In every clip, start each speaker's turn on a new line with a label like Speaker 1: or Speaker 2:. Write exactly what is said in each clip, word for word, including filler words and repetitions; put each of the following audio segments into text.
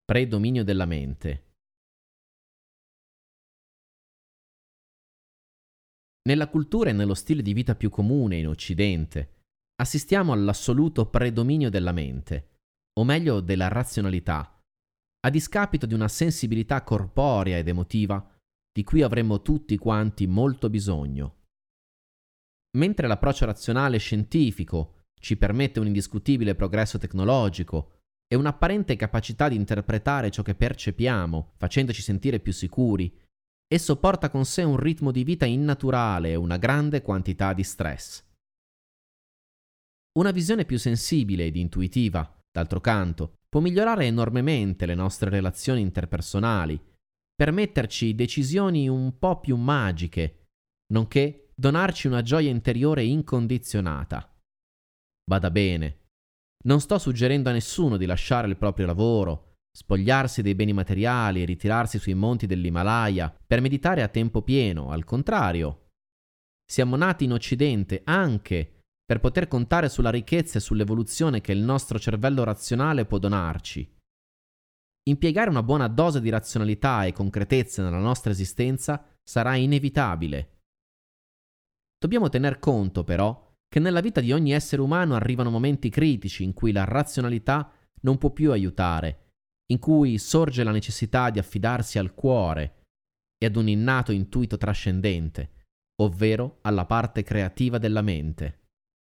Speaker 1: Predominio della mente. Nella cultura e nello stile di vita più comune in Occidente, assistiamo all'assoluto predominio della mente, o meglio della razionalità, a discapito di una sensibilità corporea ed emotiva di cui avremmo tutti quanti molto bisogno. Mentre l'approccio razionale e scientifico ci permette un indiscutibile progresso tecnologico e un'apparente capacità di interpretare ciò che percepiamo, facendoci sentire più sicuri, esso porta con sé un ritmo di vita innaturale e una grande quantità di stress. Una visione più sensibile ed intuitiva, d'altro canto, può migliorare enormemente le nostre relazioni interpersonali, permetterci decisioni un po' più magiche, nonché donarci una gioia interiore incondizionata. Bada bene, non sto suggerendo a nessuno di lasciare il proprio lavoro, spogliarsi dei beni materiali e ritirarsi sui monti dell'Himalaya per meditare a tempo pieno, al contrario. Siamo nati in Occidente anche per poter contare sulla ricchezza e sull'evoluzione che il nostro cervello razionale può donarci. Impiegare una buona dose di razionalità e concretezza nella nostra esistenza sarà inevitabile. Dobbiamo tener conto, però, che nella vita di ogni essere umano arrivano momenti critici in cui la razionalità non può più aiutare, in cui sorge la necessità di affidarsi al cuore e ad un innato intuito trascendente, ovvero alla parte creativa della mente.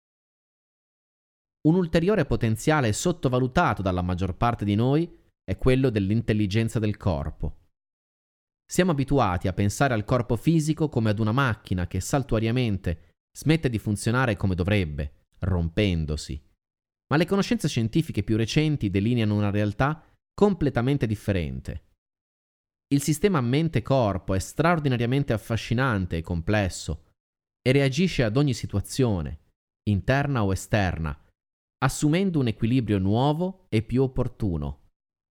Speaker 1: Un ulteriore potenziale sottovalutato dalla maggior parte di noi è quello dell'intelligenza del corpo. Siamo abituati a pensare al corpo fisico come ad una macchina che saltuariamente smette di funzionare come dovrebbe, rompendosi. Ma le conoscenze scientifiche più recenti delineano una realtà completamente differente. Il sistema mente-corpo è straordinariamente affascinante e complesso e reagisce ad ogni situazione, interna o esterna, assumendo un equilibrio nuovo e più opportuno.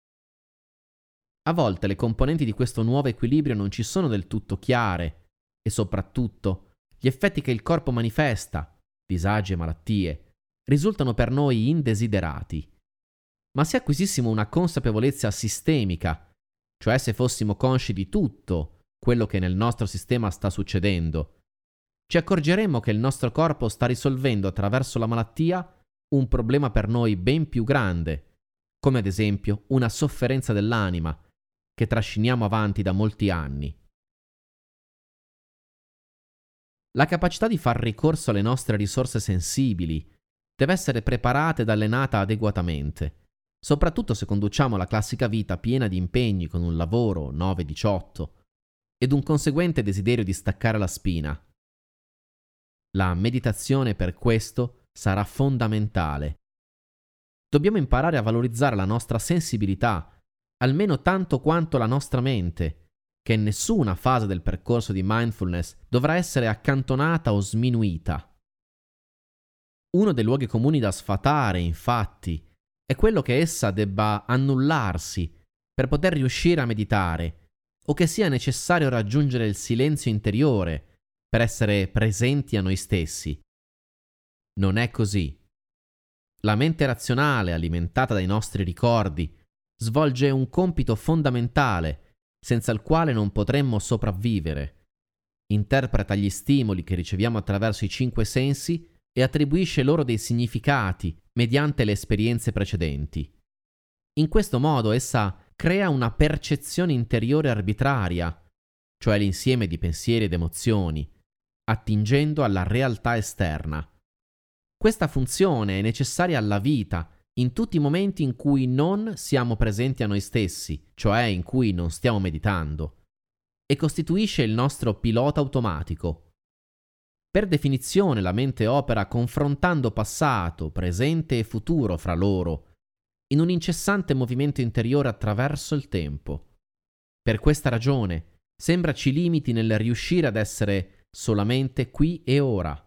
Speaker 1: A volte le componenti di questo nuovo equilibrio non ci sono del tutto chiare e soprattutto gli effetti che il corpo manifesta, disagi e malattie, risultano per noi indesiderati. Ma se acquisissimo una consapevolezza sistemica, cioè se fossimo consci di tutto quello che nel nostro sistema sta succedendo, ci accorgeremmo che il nostro corpo sta risolvendo attraverso la malattia un problema per noi ben più grande, come ad esempio una sofferenza dell'anima che trasciniamo avanti da molti anni. La capacità di far ricorso alle nostre risorse sensibili deve essere preparata ed allenata adeguatamente, soprattutto se conduciamo la classica vita piena di impegni con un lavoro nove diciotto ed un conseguente desiderio di staccare la spina. La meditazione per questo sarà fondamentale. Dobbiamo imparare a valorizzare la nostra sensibilità, almeno tanto quanto la nostra mente, che in nessuna fase del percorso di mindfulness dovrà essere accantonata o sminuita. Uno dei luoghi comuni da sfatare, infatti, è quello che essa debba annullarsi per poter riuscire a meditare, o che sia necessario raggiungere il silenzio interiore per essere presenti a noi stessi. Non è così. La mente razionale, alimentata dai nostri ricordi, svolge un compito fondamentale senza il quale non potremmo sopravvivere. Interpreta gli stimoli che riceviamo attraverso i cinque sensi e attribuisce loro dei significati mediante le esperienze precedenti. In questo modo essa crea una percezione interiore arbitraria, cioè l'insieme di pensieri ed emozioni, attingendo alla realtà esterna. Questa funzione è necessaria alla vita in tutti i momenti in cui non siamo presenti a noi stessi, cioè in cui non stiamo meditando, e costituisce il nostro pilota automatico. Per definizione la mente opera confrontando passato, presente e futuro fra loro, in un incessante movimento interiore attraverso il tempo. Per questa ragione sembra ci limiti nel riuscire ad essere solamente qui e ora.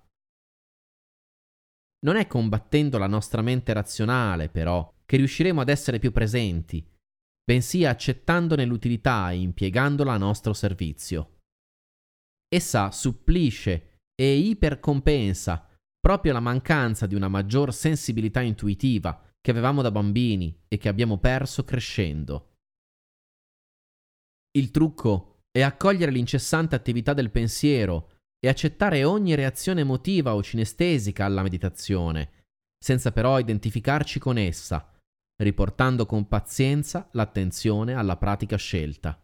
Speaker 1: Non è combattendo la nostra mente razionale, però, che riusciremo ad essere più presenti, bensì accettandone l'utilità e impiegandola a nostro servizio. Essa supplisce e ipercompensa proprio la mancanza di una maggior sensibilità intuitiva che avevamo da bambini e che abbiamo perso crescendo. Il trucco è accogliere l'incessante attività del pensiero e accettare ogni reazione emotiva o cinestesica alla meditazione, senza però identificarci con essa, riportando con pazienza l'attenzione alla pratica scelta.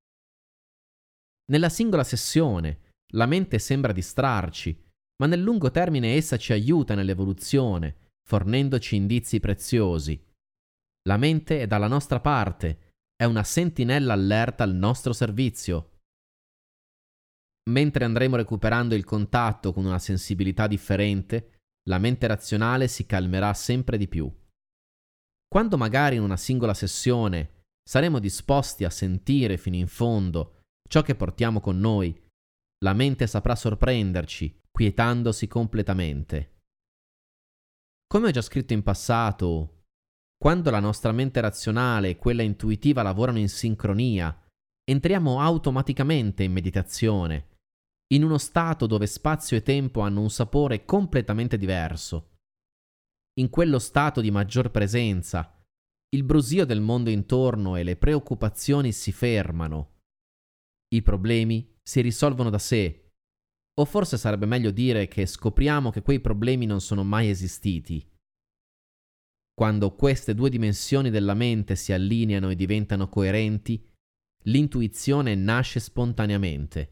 Speaker 1: Nella singola sessione, la mente sembra distrarci, ma nel lungo termine essa ci aiuta nell'evoluzione, fornendoci indizi preziosi. La mente è dalla nostra parte, è una sentinella allerta al nostro servizio. Mentre andremo recuperando il contatto con una sensibilità differente, la mente razionale si calmerà sempre di più. Quando magari in una singola sessione saremo disposti a sentire fino in fondo ciò che portiamo con noi, la mente saprà sorprenderci, quietandosi completamente. Come ho già scritto in passato, quando la nostra mente razionale e quella intuitiva lavorano in sincronia, entriamo automaticamente in meditazione, in uno stato dove spazio e tempo hanno un sapore completamente diverso. In quello stato di maggior presenza, il brusio del mondo intorno e le preoccupazioni si fermano. I problemi si risolvono da sé, o forse sarebbe meglio dire che scopriamo che quei problemi non sono mai esistiti. Quando queste due dimensioni della mente si allineano e diventano coerenti, l'intuizione nasce spontaneamente.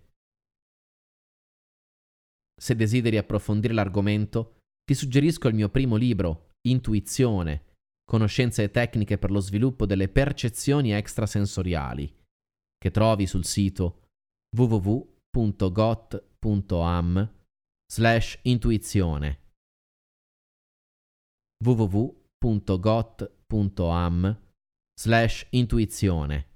Speaker 1: Se desideri approfondire l'argomento, ti suggerisco il mio primo libro, Intuizione, conoscenze e tecniche per lo sviluppo delle percezioni extrasensoriali, che trovi sul sito w w w punto got punto am slash intuizione w w w punto got punto am slash intuizione